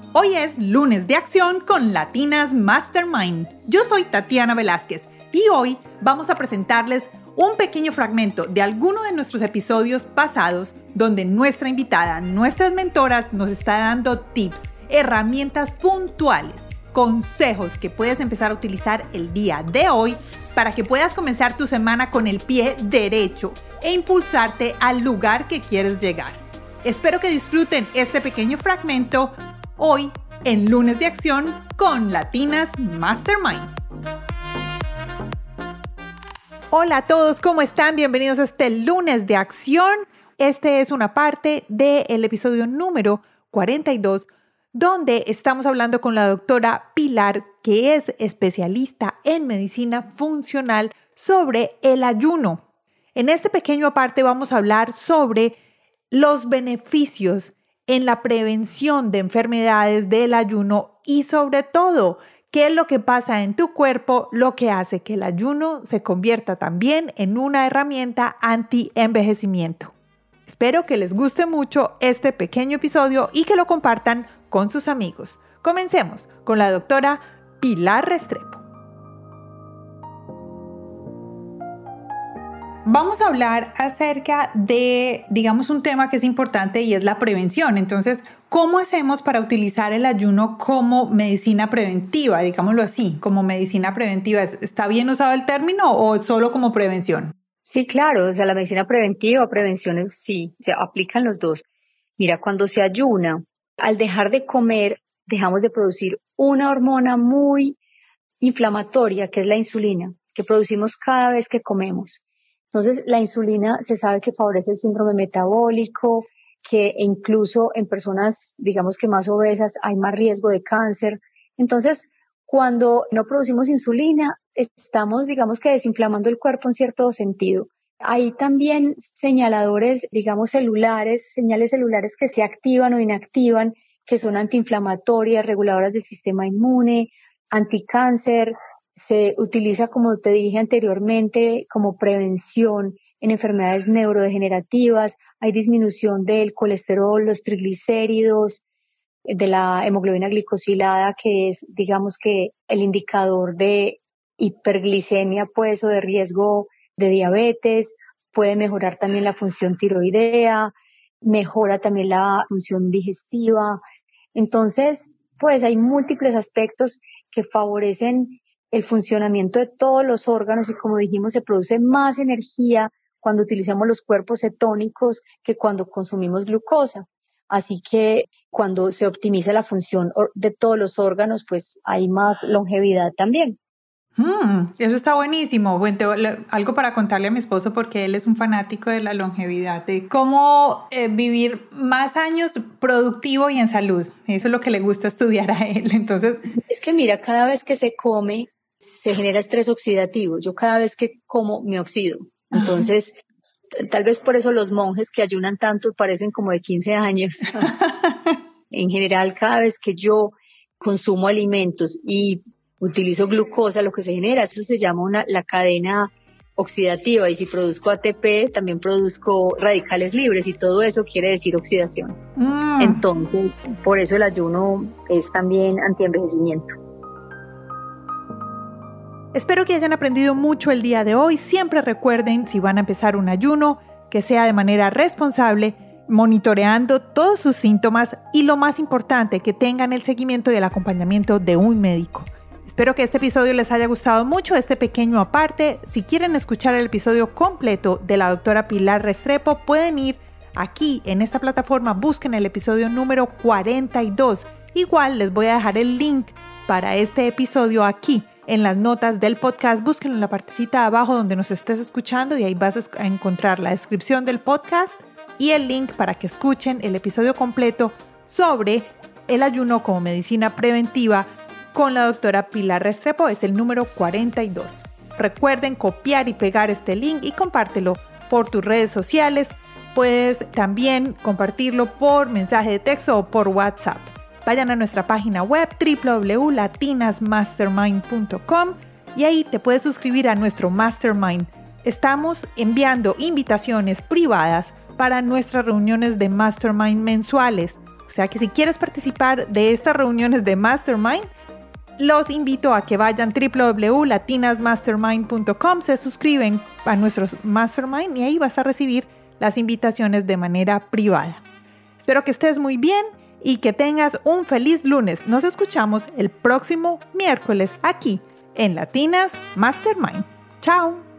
Hoy es lunes de acción con Latinas Mastermind. Yo soy Tatiana Velázquez y hoy vamos a presentarles un pequeño fragmento de alguno de nuestros episodios pasados donde nuestra invitada, nuestras mentoras, nos está dando tips, herramientas puntuales, consejos que puedes empezar a utilizar el día de hoy para que puedas comenzar tu semana con el pie derecho e impulsarte al lugar que quieres llegar. Espero que disfruten este pequeño fragmento hoy en Lunes de Acción con Latinas Mastermind. Hola a todos, ¿cómo están? Bienvenidos a este Lunes de Acción. Este es una parte del episodio número 42, donde estamos hablando con la doctora Pilar, que es especialista en medicina funcional, sobre el ayuno. En este pequeño aparte vamos a hablar sobre los beneficios en la prevención de enfermedades del ayuno y sobre todo, qué es lo que pasa en tu cuerpo, lo que hace que el ayuno se convierta también en una herramienta anti-envejecimiento. Espero que les guste mucho este pequeño episodio y que lo compartan con sus amigos. Comencemos con la doctora Pilar Restrepo. Vamos a hablar acerca de, un tema que es importante y es la prevención. Entonces, ¿cómo hacemos para utilizar el ayuno como medicina preventiva? Digámoslo así, como medicina preventiva. ¿Está bien usado el término o solo como prevención? Sí, claro. O sea, la medicina preventiva o prevención sí, se aplican los dos. Mira, cuando se ayuna, al dejar de comer, dejamos de producir una hormona muy inflamatoria, que es la insulina, que producimos cada vez que comemos. Entonces, la insulina se sabe que favorece el síndrome metabólico, que incluso en personas, que más obesas, hay más riesgo de cáncer. Entonces, cuando no producimos insulina, estamos, desinflamando el cuerpo en cierto sentido. Hay también señaladores, celulares, señales celulares que se activan o inactivan, que son antiinflamatorias, reguladoras del sistema inmune, anticáncer. Se utiliza, como te dije anteriormente, como prevención en enfermedades neurodegenerativas. Hay disminución del colesterol, los triglicéridos, de la hemoglobina glicosilada, que es, que el indicador de hiperglicemia, pues, o de riesgo de diabetes. Puede mejorar también la función tiroidea, mejora también la función digestiva. Entonces, pues, hay múltiples aspectos que favorecen el funcionamiento de todos los órganos y, como dijimos, se produce más energía cuando utilizamos los cuerpos cetónicos que cuando consumimos glucosa. Así que cuando se optimiza la función de todos los órganos, pues hay más longevidad también. Eso está buenísimo. Bueno, algo para contarle a mi esposo porque él es un fanático de la longevidad, de cómo vivir más años productivo y en salud. Eso es lo que le gusta estudiar a él. Entonces, es que mira, cada vez que se come, se genera estrés oxidativo. Yo cada vez que como me oxido. Entonces, tal vez por eso los monjes que ayunan tanto parecen como de 15 años. En general, cada vez que yo consumo alimentos y utilizo glucosa, lo que se genera, eso se llama la cadena oxidativa. Y si produzco ATP, también produzco radicales libres y todo eso quiere decir oxidación. Entonces, por eso el ayuno es también antienvejecimiento. Espero que hayan aprendido mucho el día de hoy. Siempre recuerden, si van a empezar un ayuno, que sea de manera responsable, monitoreando todos sus síntomas y lo más importante, que tengan el seguimiento y el acompañamiento de un médico. Espero que este episodio les haya gustado mucho, este pequeño aparte. Si quieren escuchar el episodio completo de la doctora Pilar Restrepo, pueden ir aquí en esta plataforma, busquen el episodio número 42. Igual les voy a dejar el link para este episodio aquí en las notas del podcast. Búsquenlo en la partecita de abajo donde nos estés escuchando y ahí vas a encontrar la descripción del podcast y el link para que escuchen el episodio completo sobre el ayuno como medicina preventiva con la doctora Pilar Restrepo. Es el número 42. Recuerden copiar y pegar este link y compártelo por tus redes sociales. Puedes también compartirlo por mensaje de texto o por WhatsApp. Vayan a nuestra página web www.latinasmastermind.com y ahí te puedes suscribir a nuestro Mastermind. Estamos enviando invitaciones privadas para nuestras reuniones de Mastermind mensuales. O sea que si quieres participar de estas reuniones de Mastermind, los invito a que vayan www.latinasmastermind.com, se suscriben a nuestros Mastermind y ahí vas a recibir las invitaciones de manera privada. Espero que estés muy bien y que tengas un feliz lunes. Nos escuchamos el próximo miércoles aquí en Latinas Mastermind. ¡Chao!